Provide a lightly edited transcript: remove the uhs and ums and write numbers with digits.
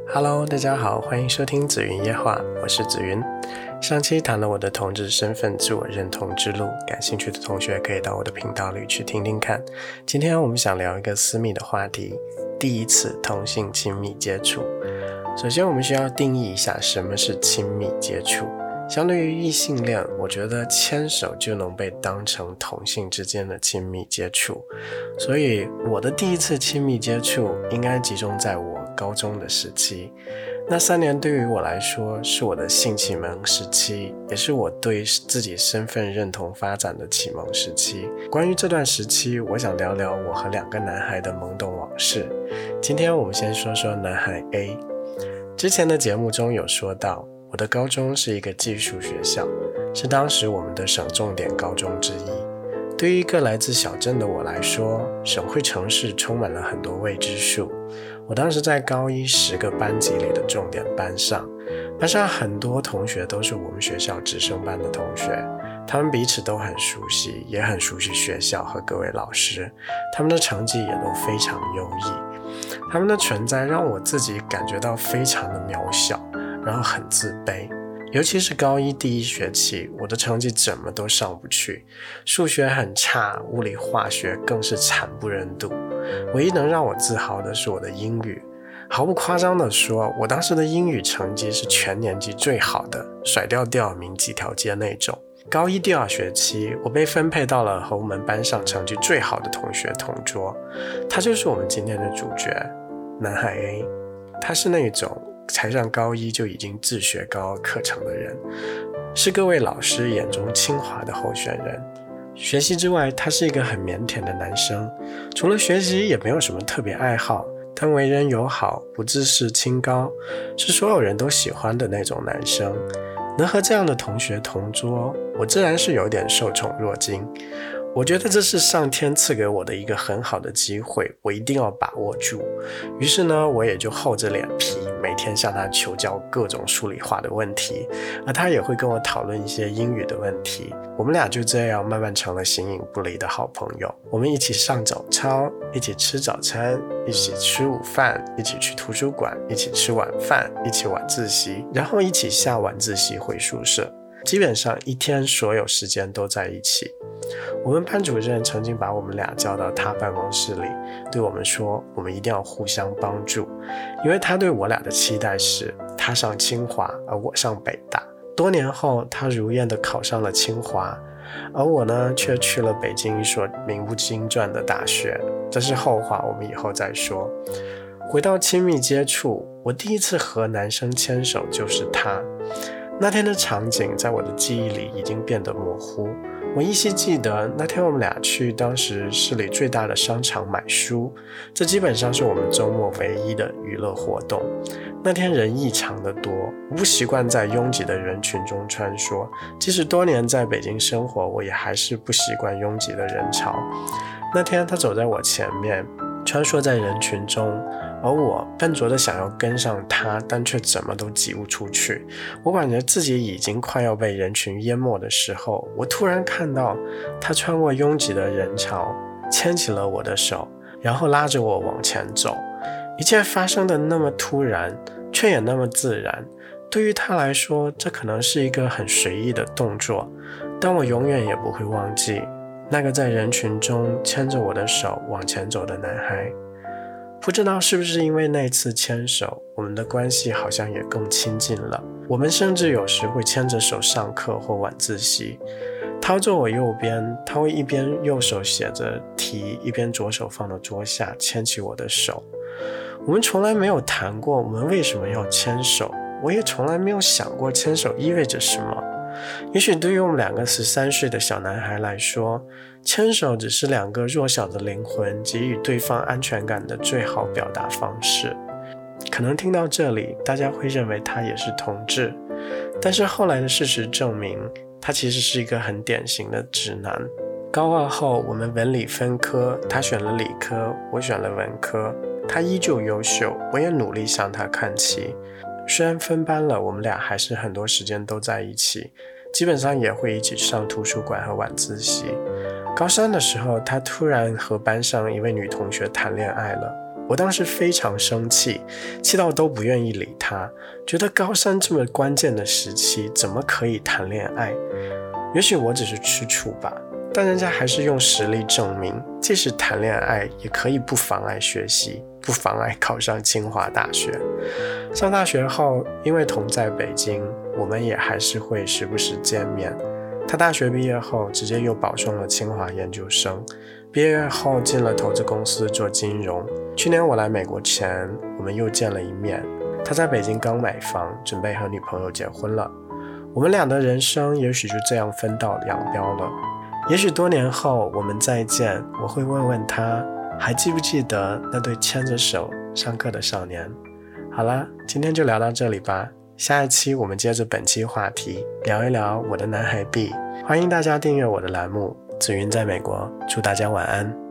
Hello， 大家好，欢迎收听紫云夜话，我是紫云。上期谈了我的同志身份自我认同之路，感兴趣的同学可以到我的频道里去听听看。今天我们想聊一个私密的话题，第一次同性亲密接触。首先我们需要定义一下什么是亲密接触。相对于异性恋，我觉得牵手就能被当成同性之间的亲密接触，所以我的第一次亲密接触应该集中在我高中的时期。那3年对于我来说是我的性启蒙时期，也是我对自己身份认同发展的启蒙时期。关于这段时期，我想聊聊我和2个男孩的懵懂往事。今天我们先说说男孩 A。 之前的节目中有说到，我的高中是一个寄宿学校，是当时我们的省重点高中之一。对于一个来自小镇的我来说，省会城市充满了很多未知数。我当时在高一10个班级里的重点班上很多同学都是我们学校直升班的同学，他们彼此都很熟悉，也很熟悉学校和各位老师，他们的成绩也都非常优异。他们的存在让我自己感觉到非常的渺小，然后很自卑。尤其是高一第1学期，我的成绩怎么都上不去，数学很差，物理化学更是惨不忍睹。唯一能让我自豪的是我的英语，毫不夸张地说，我当时的英语成绩是全年级最好的，甩掉第2名几条街那种。高一第2学期，我被分配到了和我们班上成绩最好的同学同桌，他就是我们今天的主角，男孩 A。 他是那种才上高一就已经自学高二课程的人，是各位老师眼中清华的候选人。学习之外，他是一个很腼腆的男生，除了学习也没有什么特别爱好，但为人友好，不自视清高，是所有人都喜欢的那种男生。能和这样的同学同桌，我自然是有点受宠若惊。我觉得这是上天赐给我的一个很好的机会，我一定要把握住。于是呢，我也就厚着脸皮每天向他求教各种数理化的问题，而他也会跟我讨论一些英语的问题。我们俩就这样慢慢成了形影不离的好朋友。我们一起上早操，一起吃早餐，一起吃午饭，一起去图书馆，一起吃晚饭，一起晚自习，然后一起下晚自习回宿舍。基本上一天所有时间都在一起。我们班主任曾经把我们俩叫到他办公室里，对我们说我们一定要互相帮助，因为他对我俩的期待是他上清华，而我上北大。多年后，他如愿地考上了清华，而我呢却去了北京一所名不经传的大学，这是后话，我们以后再说。回到亲密接触，我第一次和男生牵手就是他。那天的场景在我的记忆里已经变得模糊，我依稀记得那天我们俩去当时市里最大的商场买书，这基本上是我们周末唯一的娱乐活动。那天人异常的多，我不习惯在拥挤的人群中穿梭，即使多年在北京生活，我也还是不习惯拥挤的人潮。那天他走在我前面，穿梭在人群中，而我笨拙的想要跟上他，但却怎么都挤不出去。我感觉自己已经快要被人群淹没的时候，我突然看到他穿过拥挤的人潮，牵起了我的手，然后拉着我往前走。一切发生的那么突然，却也那么自然。对于他来说，这可能是一个很随意的动作，但我永远也不会忘记那个在人群中牵着我的手往前走的男孩。不知道是不是因为那次牵手，我们的关系好像也更亲近了。我们甚至有时会牵着手上课或晚自习。他坐我右边，他会一边右手写着题，一边左手放到桌下，牵起我的手。我们从来没有谈过我们为什么要牵手，我也从来没有想过牵手意味着什么。也许对于我们2个13岁的小男孩来说，牵手只是2个弱小的灵魂给予对方安全感的最好表达方式。可能听到这里，大家会认为他也是同志，但是后来的事实证明，他其实是一个很典型的直男。高2后，我们文理分科，他选了理科，我选了文科。他依旧优秀，我也努力向他看齐。虽然分班了，我们俩还是很多时间都在一起，基本上也会一起上图书馆和晚自习。高3的时候，他突然和班上一位女同学谈恋爱了， 我当时非常生气，气到都不愿意理他，觉得高三这么关键的时期怎么可以谈恋爱？也许我只是吃醋吧，但人家还是用实力证明，即使谈恋爱也可以不妨碍学习，不妨碍考上清华大学。上大学后，因为同在北京，我们也还是会时不时见面。他大学毕业后直接又保送了清华研究生，毕业后进了投资公司做金融。去年我来美国前，我们又见了一面。他在北京刚买房，准备和女朋友结婚了。我们俩的人生也许就这样分道扬镳了。也许多年后我们再见，我会问问他，还记不记得那对牵着手上课的少年？好啦，今天就聊到这里吧。下一期我们接着本期话题，聊一聊我的男孩 B。欢迎大家订阅我的栏目，子云在美国，祝大家晚安。